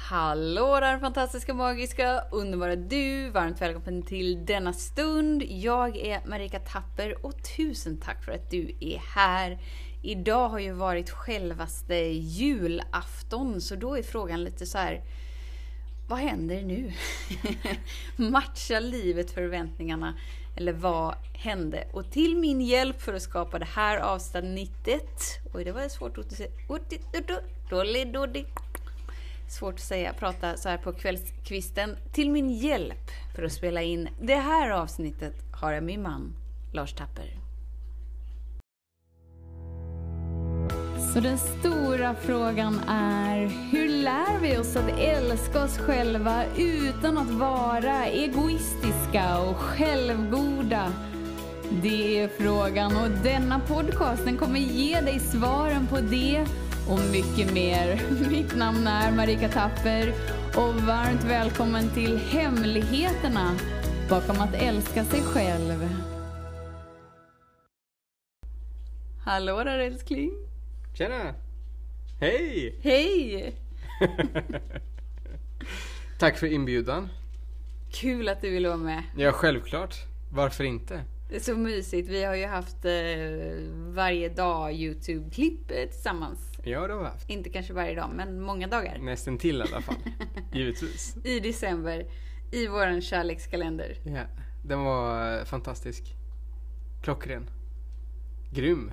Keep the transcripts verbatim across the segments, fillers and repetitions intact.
Hallå där fantastiska, magiska, underbara du. Varmt välkommen till denna stund. Jag är Marika Tapper och tusen tack för att du är här. Idag har ju varit självaste julafton, så då är frågan lite så här: vad händer nu? Matcha livet förväntningarna, eller vad hände? Och till min hjälp för att skapa det här avsnittet, och det var svårt att säga, svårt att säga, prata så här på kvällskvisten. Till min hjälp för att spela in det här avsnittet har jag min man Lars Tapper. Så den stora frågan är: hur lär vi oss att älska oss själva utan att vara egoistiska och självgoda? Det är frågan, och denna podcasten kommer ge dig svaren på det och mycket mer. Mitt namn är Marika Tapper och varmt välkommen till hemligheterna bakom att älska sig själv. Hallå där älskling. Tjena! Hej! Hej! Tack för inbjudan. Kul att du vill vara med. Ja, självklart. Varför inte? Det är så mysigt. Vi har ju haft eh, varje dag YouTube-klipp tillsammans. Ja, det har vi haft. Inte kanske varje dag, men många dagar. Nästan till i alla fall. Givetvis. I december. I våran kärlekskalender. Ja, den var fantastisk. Klockren. Grym.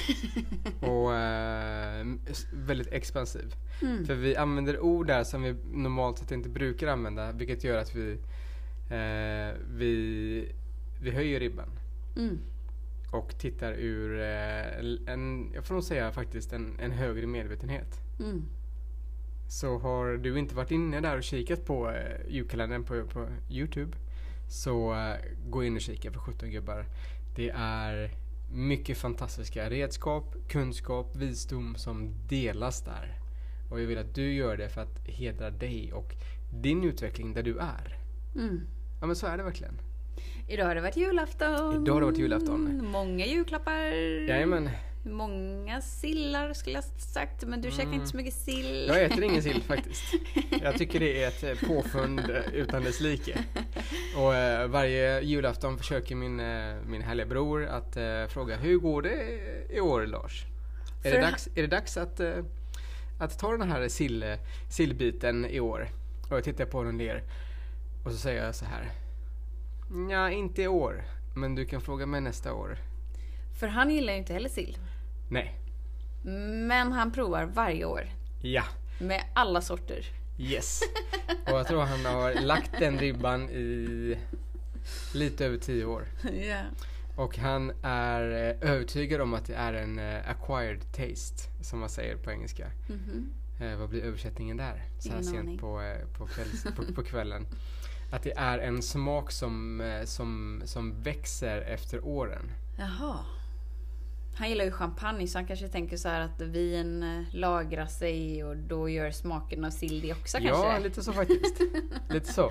Och eh, väldigt expansiv. Mm. För vi använder ord där som vi normalt sett inte brukar använda, vilket gör att vi eh, vi, vi höjer ribban. Mm. Och tittar ur eh, en, jag får nog säga faktiskt en, en högre medvetenhet. Mm. Så har du inte varit inne där och kikat på eh, julkalendern på, på YouTube, så eh, gå in och kika för sjutton gubbar. Det är mycket fantastiska redskap, kunskap, visdom som delas där. Och jag vill att du gör det för att hedra dig och din utveckling där du är. Mm. Ja, men så är det verkligen. Idag har det varit julafton. Idag har det varit julafton. Många julklappar. Jajamän. Många sillar skulle jag sagt. Men du mm. käkar inte så mycket sill. Jag äter ingen sill faktiskt. Jag tycker det är ett påfund utan dess like. Och eh, varje julafton försöker min, eh, min härliga bror att eh, fråga: hur går det i år, Lars? Är det, dags, är det dags att, eh, att ta den här sill, sillbiten i år? Och jag tittar på honom och ler. Och så säger jag så här: ja, inte i år, men du kan fråga mig nästa år. För han gillar ju inte heller sill. Nej. Men han provar varje år. Ja. Med alla sorter. Yes. Och jag tror han har lagt den ribban i lite över tio år. Yeah. Och han är övertygad om att det är en acquired taste, som man säger på engelska. Mm-hmm. Eh, vad blir översättningen där? Så här sent på, på, kvälls, på, på kvällen. Att det är en smak som, som, som växer efter åren. Jaha. Han gillar ju champagne, så han kanske tänker så här att vin lagrar sig och då gör smaken av sill det också kanske. Ja, lite så faktiskt. Lite så.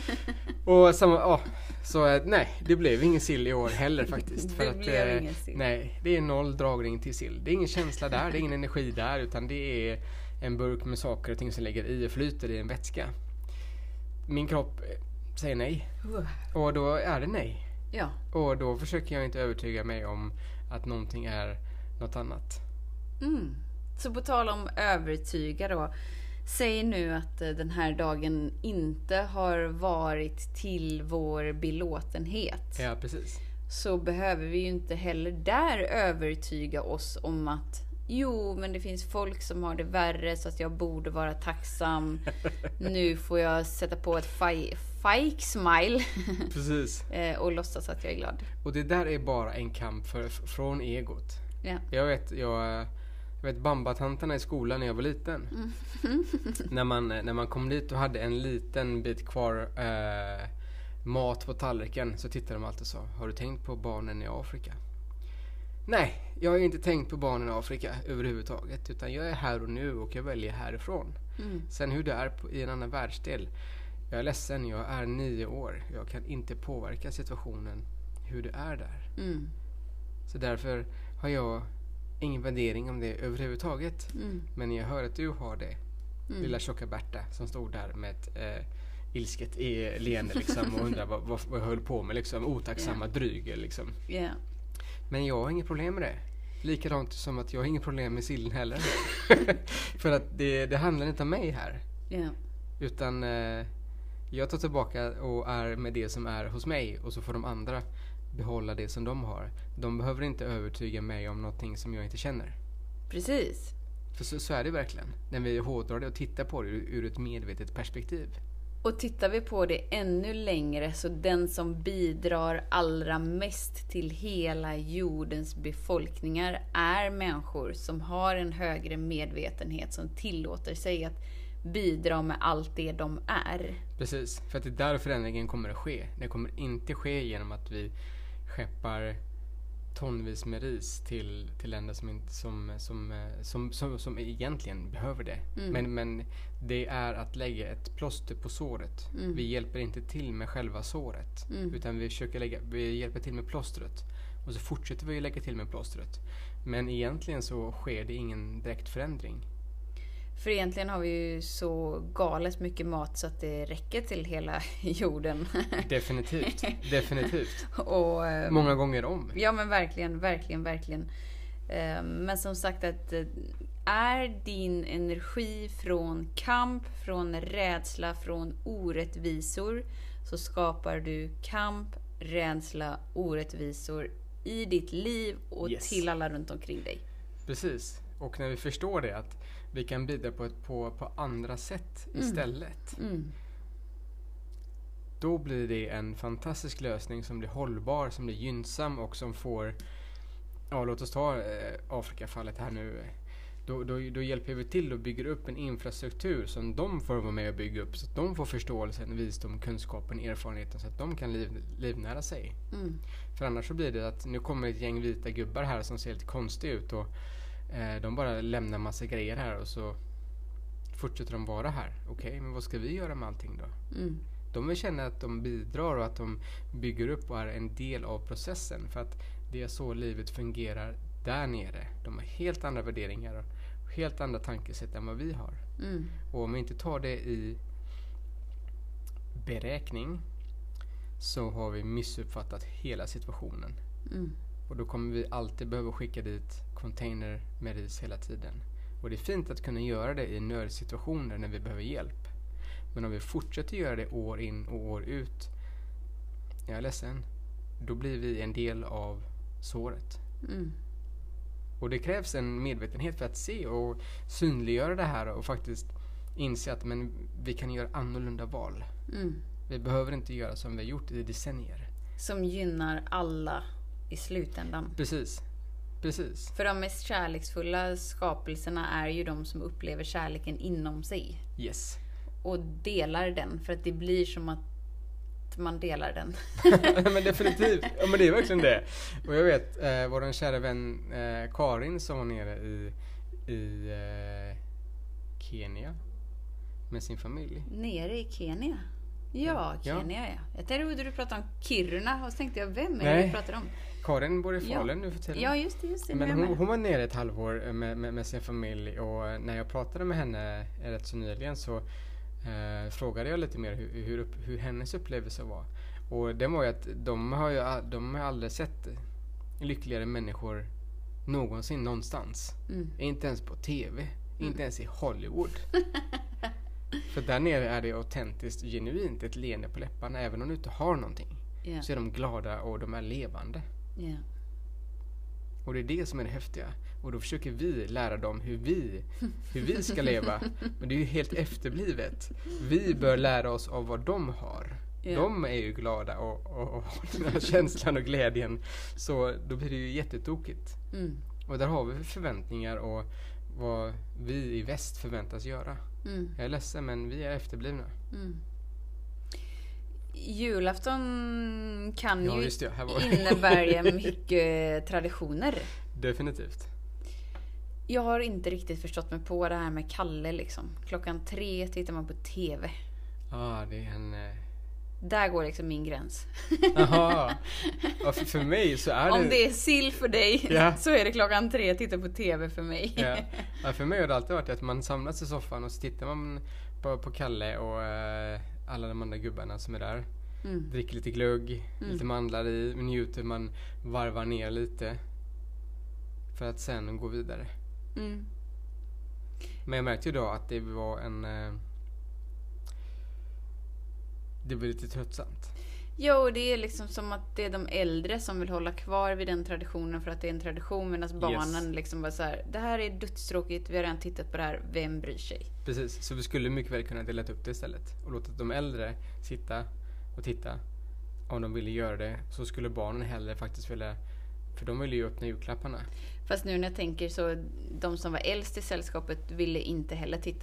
Och samma, ja, så nej, det blev ingen sill i år heller faktiskt. Det för blev att, ingen sill. Nej, det är noll dragning till sill. Det är ingen känsla där, det är ingen energi där, utan det är en burk med saker och ting som lägger i och flyter i en vätska. Min kropp säger nej. Uh. Och då är det nej. Ja. Och då försöker jag inte övertyga mig om att någonting är något annat. Mm. Så på tal om övertyga då. Säg nu att den här dagen inte har varit till vår belåtenhet. Ja, precis. Så behöver vi ju inte heller där övertyga oss om att jo, men det finns folk som har det värre så att jag borde vara tacksam. Nu får jag sätta på ett faj- fake smile. Precis. Och låtsas att jag är glad. Och det där är bara en kamp för, från egot. Ja. Jag vet, jag, jag vet bambatanterna i skolan när jag var liten. Mm. när, man, när man kom dit och hade en liten bit kvar eh, mat på tallriken, så tittade de alltid så: har du tänkt på barnen i Afrika? Nej, jag har inte tänkt på barnen i Afrika överhuvudtaget, utan jag är här och nu och jag väljer härifrån. Mm. Sen hur det är på, i en annan världsdel, jag är ledsen, jag är nio år. Jag kan inte påverka situationen, hur det är där. Mm. Så därför har jag ingen värdering om det överhuvudtaget. Mm. Men jag hör att du har det. Mm. Lilla tjocka Berta som stod där med ett eh, ilsket e- leende liksom, och undrade vad, vad, vad jag höll på med. Liksom, otacksamma yeah. dryger. Liksom. Yeah. Men jag har inget problem med det. Likadant som att jag har inget problem med sillen heller. För att det, det handlar inte om mig här. Yeah. Utan eh, jag tar tillbaka och är med det som är hos mig. Och så får de andra behålla det som de har. De behöver inte övertyga mig om någonting som jag inte känner. Precis. För så, så är det verkligen. När vi hårdrar det och tittar på det ur, ur ett medvetet perspektiv. Och tittar vi på det ännu längre, så den som bidrar allra mest till hela jordens befolkningar är människor som har en högre medvetenhet, som tillåter sig att bidra med allt det de är. Precis, för att det är där förändringen kommer att ske. Det kommer inte ske genom att vi skeppar tonvis med ris till, till länder som, inte, som, som, som, som, som egentligen behöver det. Mm. Men, men det är att lägga ett plåster på såret. Mm. Vi hjälper inte till med själva såret. Mm. Utan vi, försöker lägga, vi hjälper till med plåstret. Och så fortsätter vi lägga till med plåstret. Men egentligen så sker det ingen direkt förändring. För egentligen har vi ju så galet mycket mat så att det räcker till hela jorden. Definitivt, definitivt. Och, många gånger om. Ja, men verkligen, verkligen, verkligen. Men som sagt, att är din energi från kamp, från rädsla, från orättvisor, så skapar du kamp, rädsla, orättvisor i ditt liv och yes. till alla runt omkring dig. Precis. Och när vi förstår det, att vi kan bidra på, ett, på, på andra sätt mm. istället. Mm. Då blir det en fantastisk lösning som blir hållbar, som blir gynnsam och som får, ja, låt oss ta eh, Afrikafallet här nu. Då, då, då hjälper vi till och bygger upp en infrastruktur som de får vara med och bygga upp, så att de får förståelsen, visdom, kunskapen, erfarenheten, så att de kan liv, livnära sig. Mm. För annars så blir det att nu kommer ett gäng vita gubbar här som ser lite konstiga ut och de bara lämnar massa grejer här och så fortsätter de vara här. Okej, okay, men vad ska vi göra med allting då? Mm. De vill känna att de bidrar och att de bygger upp och är en del av processen. För att det är så livet fungerar där nere. De har helt andra värderingar och helt andra tankesätt än vad vi har. Mm. Och om vi inte tar det i beräkning så har vi missuppfattat hela situationen. Mm. Och då kommer vi alltid behöva skicka dit container med ris hela tiden. Och det är fint att kunna göra det i nödsituationer när vi behöver hjälp. Men om vi fortsätter göra det år in och år ut, jag är ledsen, då blir vi en del av såret. Mm. Och det krävs en medvetenhet för att se och synliggöra det här och faktiskt inse att men, vi kan göra annorlunda val. Mm. Vi behöver inte göra som vi har gjort i decennier. Som gynnar alla i slutändan. Precis. Precis. För de mest kärleksfulla skapelserna är ju de som upplever kärleken inom sig. Yes. Och delar den, för att det blir som att man delar den. Men definitivt. Ja, men det är verkligen det. Och jag vet, eh, vår kära vän eh, Karin som var nere i, i eh, Kenya med sin familj. Nere i Kenya? Ja, Kenya ja. Jag tänkte du pratade om Kiruna och så tänkte jag, vem är Nej. det du pratar om? Karin bor i Falun ja. nu för tiden. Ja, just det. Just det Men hon, hon var nere ett halvår med, med, med sin familj och när jag pratade med henne rätt så nyligen så eh, frågade jag lite mer hur, hur, hur hennes upplevelse var. Och det var ju att de har ju de har aldrig sett lyckligare människor någonsin någonstans. Mm. Inte ens på tv. Mm. Inte ens i Hollywood. För där nere är det autentiskt, genuint ett leende på läpparna. Även om du inte har någonting yeah. så är de glada och de är levande. Yeah. Och det är det som är det häftiga. Och då försöker vi lära dem hur vi, hur vi ska leva. Men det är ju helt efterblivet. Vi bör lära oss av vad de har. Yeah. De är ju glada och, och, och har den här känslan och glädjen. Så då blir det ju jättetokigt. Mm. Och där har vi förväntningar och vad vi i väst förväntas göra. Mm. Jag är ledsen, men vi är efterblivna. Mm. Julafton kan ja, ju just det, här var innebära mycket traditioner. Definitivt. Jag har inte riktigt förstått mig på det här med Kalle liksom. Klockan tre tittar man på tv. Ja, ah, det är en Där går liksom min gräns. Jaha. Ja, för, för mig så är det... Om det är sill för dig ja. så är det klockan tre att titta på tv för mig. Ja. Ja, för mig har det alltid varit att man samlas i soffan och så tittar man på, på Kalle och eh, alla de andra gubbarna som är där. Mm. Dricker lite glögg, mm. lite mandlar i, njuter, man varvar ner lite för att sen gå vidare. Mm. Men jag märkte ju då att det var en eh, det var lite tröttsamt. Jo, det är liksom som att det är de äldre som vill hålla kvar vid den traditionen för att det är en tradition, medan barnen yes. liksom bara så här, det här är dödstråkigt, vi har redan tittat på det här, vem bryr sig? Precis, så vi skulle mycket väl kunna dela upp det istället och låta de äldre sitta och titta. Om de ville göra det så skulle barnen hellre faktiskt vilja, för de ville ju öppna julklapparna. Fast nu när jag tänker så, de som var äldst i sällskapet ville inte heller titta.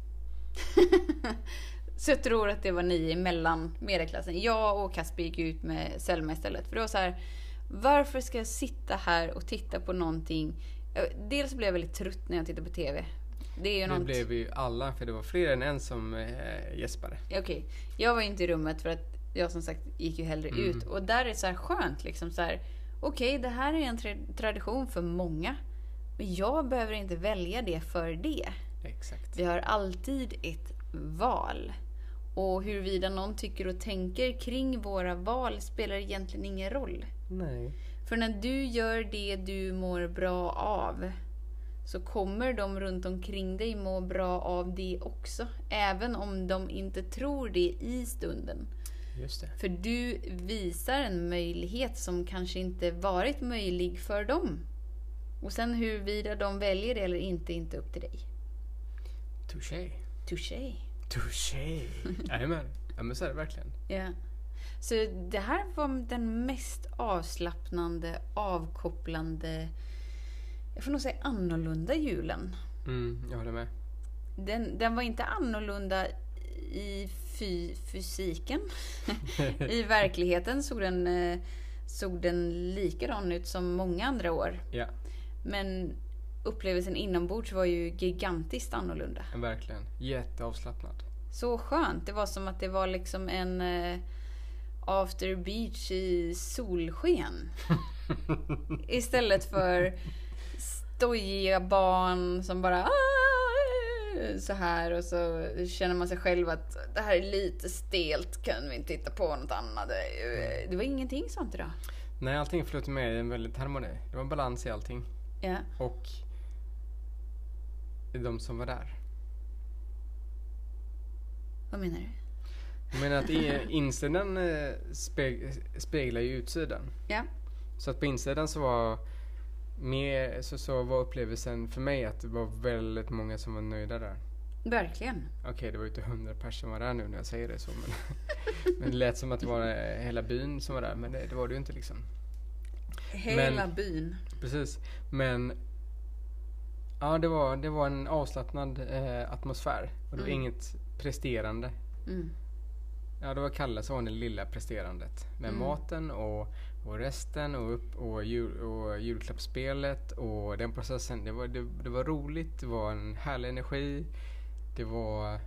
Så jag tror att det var ni mellan medelklassen. Jag och Kasper gick ut med Selma istället. För det var så här, varför ska jag sitta här och titta på någonting? Dels blev jag väldigt trött när jag tittade på tv. Det, är ju det något... blev ju alla, för det var fler än en som äh, gäspade. Okej, okay. Jag var inte i rummet för att jag som sagt gick ju hellre mm. ut. Och där är det så här skönt liksom så här. Okej, okay, det här är en tra- tradition för många. Men jag behöver inte välja det för det. Exakt. Vi har alltid ett val. Och huruvida någon tycker och tänker kring våra val spelar egentligen ingen roll. Nej. För när du gör det du mår bra av, så kommer de runt omkring dig må bra av det också. Även om de inte tror det i stunden. Just det. För du visar en möjlighet som kanske inte varit möjlig för dem. Och sen huruvida de väljer det eller inte, inte upp till dig. Touché. Touché. Touché. Jajamän. Ja, men så är det verkligen. Ja. Så det här var den mest avslappnande, avkopplande, jag får nog säga annorlunda julen. Mm, jag håller med. Den, den var inte annorlunda i fy, fysiken. I verkligheten såg den, såg den likadan ut som många andra år. Ja. Men upplevelsen inombords var ju gigantiskt annorlunda. Verkligen. Jätteavslappnad. Så skönt. Det var som att det var liksom en uh, after beach i solsken. Istället för stojiga barn som bara Aah! Så här, och så känner man sig själv att det här är lite stelt, kan vi inte titta på något annat. Det var ingenting sånt idag. Nej, allting flöt med i en väldigt harmoni. Det var balans i allting. Ja. Och de som var där. Vad menar du? Jag menar att insidan speg, speglar ju utsidan. Ja. Så att på insidan så var mer, så, så var upplevelsen för mig att det var väldigt många som var nöjda där. Verkligen. Okej, okay, det var ju inte hundra personer som var där nu när jag säger det så. Men, men det lät som att det var hela byn som var där. Men det, det var det ju inte liksom. Hela men, byn. Precis. Men ja, det var, det var en avslappnad eh, atmosfär. Och det var mm. inget presterande. Mm. Ja, det var Kalle som var det lilla presterandet. Med mm. maten och, och resten och, upp, och, jul, och julklappsspelet och den processen. Det var, det, det var roligt, det var en härlig energi. Det var...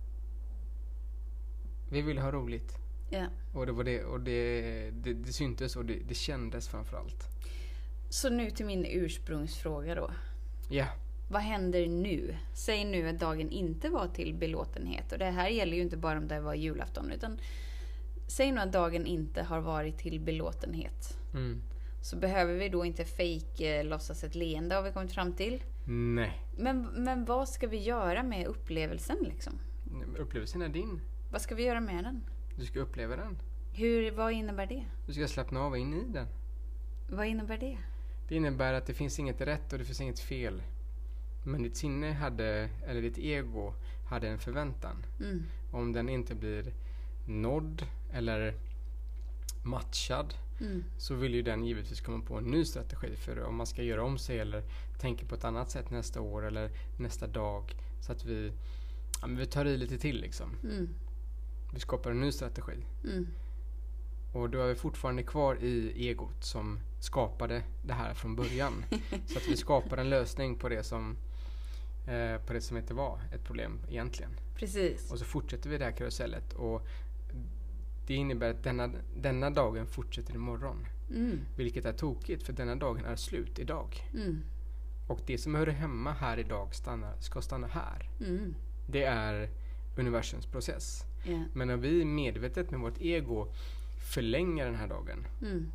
Vi ville ha roligt. Ja. Och det var det, och det, det, det syntes och det, det kändes framförallt. Så nu till min ursprungsfråga då. Ja. Vad händer nu? Säg nu att dagen inte var till belåtenhet. Och det här gäller ju inte bara om det var julafton. Utan säg nu att dagen inte har varit till belåtenhet. Mm. Så behöver vi då inte fake låtsas ett leende, har vi kommit fram till. Nej. Men, men vad ska vi göra med upplevelsen liksom? Upplevelsen är din. Vad ska vi göra med den? Du ska uppleva den. Hur, vad innebär det? Du ska slappna av in i den. Vad innebär det? Det innebär att det finns inget rätt och det finns inget fel. Men ditt sinne hade, eller ditt ego hade en förväntan. Mm. Om den inte blir nådd eller matchad mm. så vill ju den givetvis komma på en ny strategi för om man ska göra om sig eller tänka på ett annat sätt nästa år eller nästa dag. Så att vi, ja, men vi tar i lite till liksom. Mm. Vi skapar en ny strategi. Mm. Och då är vi fortfarande kvar i egot som skapade det här från början. Så att vi skapar en lösning på det som eh, på det som inte var ett problem egentligen. Precis. Och så fortsätter vi det här karusellet och det innebär att denna, denna dagen fortsätter imorgon. Mm. Vilket är tokigt, för denna dagen är slut idag. Mm. Och det som hör hemma här idag stannar, ska stanna här. Mm. Det är universums process. Yeah. Men när vi medvetet med vårt ego förlänger den här dagen, Mm.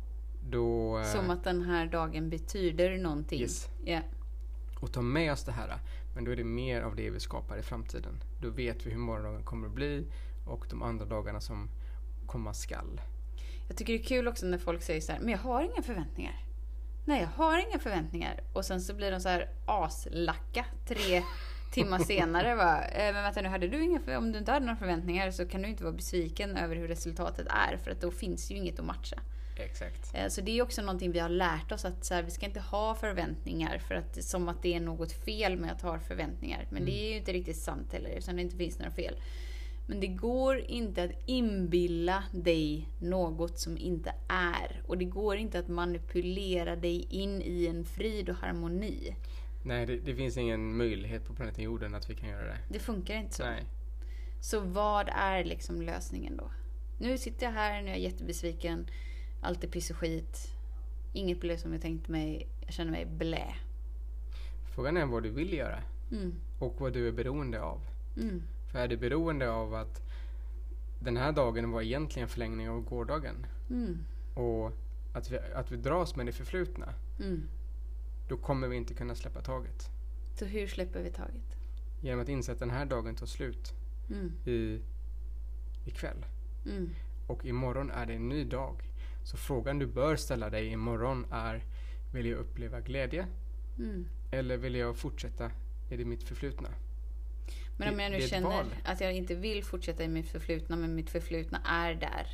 då... eh, Som att den här dagen betyder någonting. Yes. Yeah. och ta med oss det här. Men då är det mer av det vi skapar i framtiden. Då vet vi hur morgondagen kommer att bli och de andra dagarna som komma skall. Jag tycker det är kul också när folk säger så här: men jag har inga förväntningar. Nej, jag har inga förväntningar. Och sen så blir de så här aslacka tre timmar senare. Va? Eh, men vänta nu, hade du inga för- om du inte hade några förväntningar så kan du inte vara besviken över hur resultatet är. För att då finns ju inget att matcha. Exakt. Eh, Så det är också någonting vi har lärt oss, att så här, vi ska inte ha förväntningar för att, som att det är något fel med att ha förväntningar. Men Mm. det är ju inte riktigt sant heller, eftersom det inte finns några fel. Men det går inte att inbilla dig något som inte är. Och det går inte att manipulera dig in i en frid och harmoni. Nej, det, det finns ingen möjlighet på planeten jorden att vi kan göra det. Det funkar inte så. Nej. Så vad är liksom lösningen då? Nu sitter jag här, nu är jag jättebesviken. Allt är piss och skit. Inget blev som jag tänkte mig. Jag känner mig blä. Frågan är vad du vill göra Mm. och vad du är beroende av. Mm. För är du beroende av att den här dagen var egentligen förlängning av gårdagen Mm. och att vi, att vi dras med det förflutna, Mm. då kommer vi inte kunna släppa taget. Så hur släpper vi taget? Genom att inse att den här dagen tar slut Mm. i, ikväll. Mm. Och imorgon är det en ny dag. Så frågan du bör ställa dig imorgon är: vill jag uppleva glädje? Mm. Eller vill jag fortsätta i det mitt förflutna? Men om Det- jag nu det är ett känner val. att jag inte vill fortsätta i mitt förflutna, men mitt förflutna är där.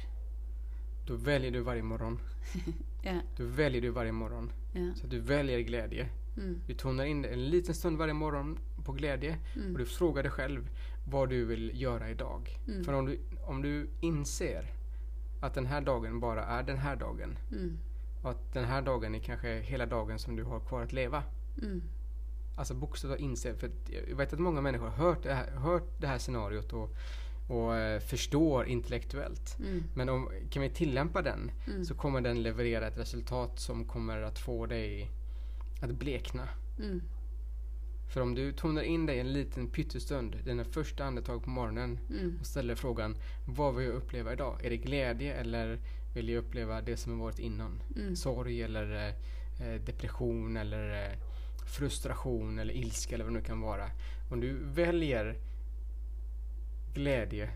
Då väljer du varje morgon. Ja. Då väljer du varje morgon. Ja. Så att du väljer glädje. Mm. Du tonar in en liten stund varje morgon på glädje. Mm. Och du frågar dig själv vad du vill göra idag. Mm. För om du, om du inser att den här dagen bara är den här dagen. Mm. Och att den här dagen är kanske hela dagen som du har kvar att leva. Mm. Alltså bokstavligt inse. För att jag vet att många människor har hört det här, hört det här scenariot och, och eh, förstår intellektuellt. Mm. Men om, kan vi tillämpa den Mm. så kommer den leverera ett resultat som kommer att få dig att blekna. Mm. För om du tonar in dig en liten pyttestund, dina första andetag på morgonen Mm. och ställer frågan: vad vill jag uppleva idag? Är det glädje eller vill jag uppleva det som har varit innan? Mm. Sorg eller eh, depression eller eh, frustration eller ilska eller vad det nu kan vara. Om du väljer glädje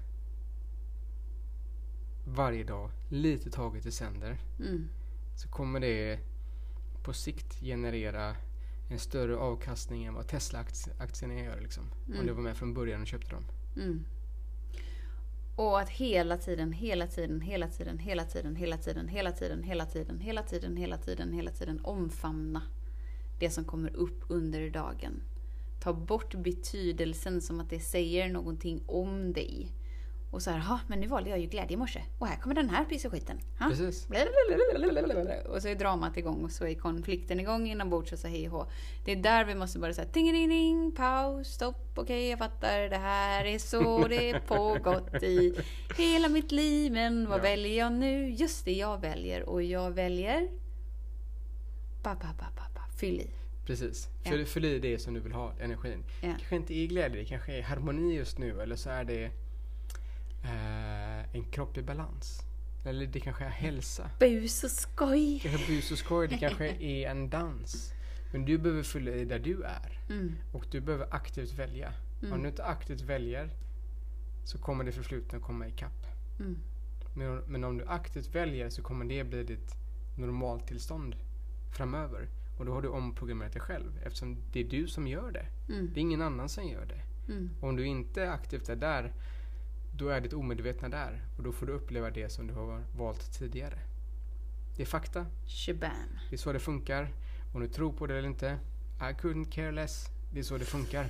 varje dag, lite taget i sänder, Mm. så kommer det på sikt generera en större avkastning än vad Tesla-aktierna gör liksom. Mm. Om du var med från början och köpte dem. Mm. Och att hela tiden, hela tiden, hela tiden, hela tiden, hela tiden, hela tiden, hela tiden, hela tiden, hela tiden, hela tiden omfamna det som kommer upp under dagen. Ta bort betydelsen som att det säger någonting om dig. Och så här, ha, men nu valde jag ju glädje i morse. Och här kommer den här piss och skiten. Ha? Precis. Och så är dramat igång och så är konflikten igång inombords och så hej och hå. Det är där vi måste börja säga ting-ding-ding, paus, stopp, okej okay, jag fattar, det här är så det är pågått i hela mitt liv, men vad Ja. väljer jag nu? Just det, jag väljer och jag väljer pa, pa, pa, pa, pa. Fyll i. Precis. Ja. Fyll, fyll i det som du vill ha, energin. Ja. Kanske inte är glädje, det kanske är harmoni just nu. Eller så är det eh, en kropp i balans. Eller det kanske är hälsa. Bus och skoj. Det kanske är bus och skoj, det kanske är en dans. Men du behöver fylla i där du är. Mm. Och du behöver aktivt välja. Mm. Om du inte aktivt väljer så kommer det förflutna komma ikapp. Mm. Men, men om du aktivt väljer så kommer det bli ditt normaltillstånd framöver. Och då har du omprogrammerat dig själv eftersom det är du som gör det. Mm. Det är ingen annan som gör det. Mm. Och om du inte aktivt är där, då är ditt omedvetna där. Och då får du uppleva det som du har valt tidigare. Det är fakta. Shabam. Det är så det funkar. Om du tror på det eller inte, I couldn't care less. Det är så det funkar.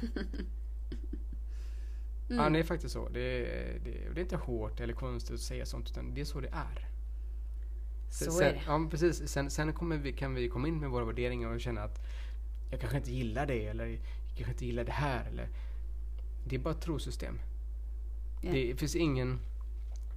Mm. Ja, det är faktiskt så. Det är, det, det är inte hårt eller konstigt att säga sånt, utan det är så det är. Så sen, är det. Ja, precis. Sen, sen kommer vi, kan vi komma in med våra värderingar och känna att jag kanske inte gillar det, eller jag kanske inte gillar det här. Eller, det är bara ett trosystem. Ja. Det finns ingen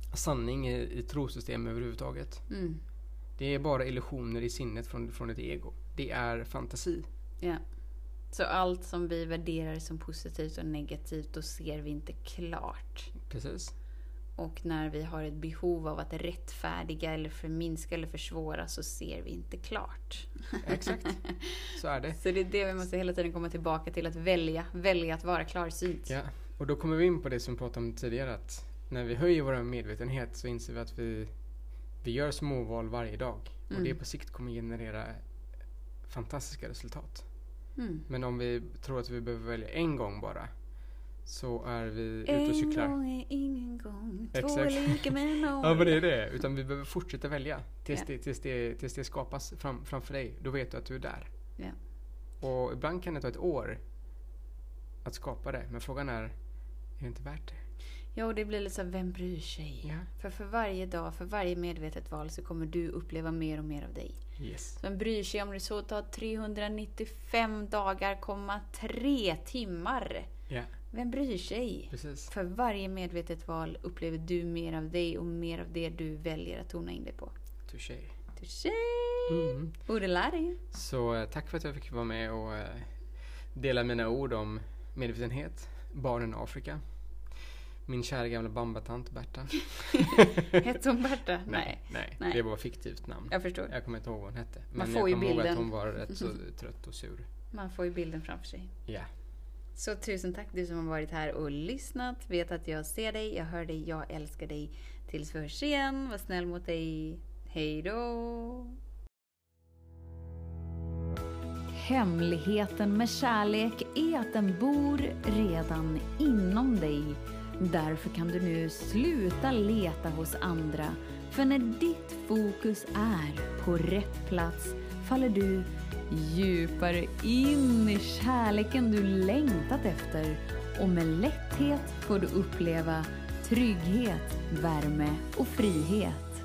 sanning i, i trosystem överhuvudtaget. Mm. Det är bara illusioner i sinnet från, från ett ego. Det är fantasi. Ja. Så allt som vi värderar som positivt och negativt, då ser vi inte klart. Precis. Och när vi har ett behov av att rättfärdiga eller förminska eller försvåra, så ser vi inte klart. Exakt. Så är det. Så det är det vi måste hela tiden komma tillbaka till, att välja, välja att vara klarsynt. Ja, och då kommer vi in på det som vi pratade om tidigare, att när vi höjer vår medvetenhet så inser vi att vi, vi gör småval varje dag. Och Mm. det på sikt kommer generera fantastiska resultat. Mm. Men om vi tror att vi behöver välja en gång bara, så är vi ute och En cyklar. gång är ingen gång, två Exakt. är lika med noll. Ja, men det är det. Utan vi behöver fortsätta välja tills, Ja. det, tills, det, tills det skapas fram, framför dig. Då vet du att du är där. Ja. Och ibland kan det ta ett år att skapa det. Men frågan är, är det inte värt det? Ja, och det blir lite så här, vem bryr sig? Ja. För för varje dag, för varje medvetet val, så kommer du uppleva mer och mer av dig. Yes. Vem bryr sig om det så tar trehundranittiofem dagar, komma tre timmar? Ja, Vem bryr sig? precis. För varje medvetet val upplever du mer av dig och mer av det du väljer att tona in dig på. Touché. Touché! Mm. Borde lära dig. Så eh, tack för att jag fick vara med och eh, dela mina ord om medvetenhet, barnen i Afrika. Min kära gamla bambatant Berta. Hette hon Berta? nej, nej, Nej. det var ett fiktivt namn. Jag förstår. Jag kommer inte ihåg vad hon hette. Man Men får jag ju kommer ihåg bilden. att hon var rätt så trött och sur. Man får ju bilden framför sig. Ja. Så tusen tack du som har varit här och lyssnat. Vet att jag ser dig, jag hör dig, jag älskar dig. Tills vi hörs igen, var snäll mot dig. Hej då! Hemligheten med kärlek är att den bor redan inom dig. Därför kan du nu sluta leta hos andra. För när ditt fokus är på rätt plats faller du djupare in i kärleken du längtat efter. Och med lätthet får du uppleva trygghet, värme och frihet.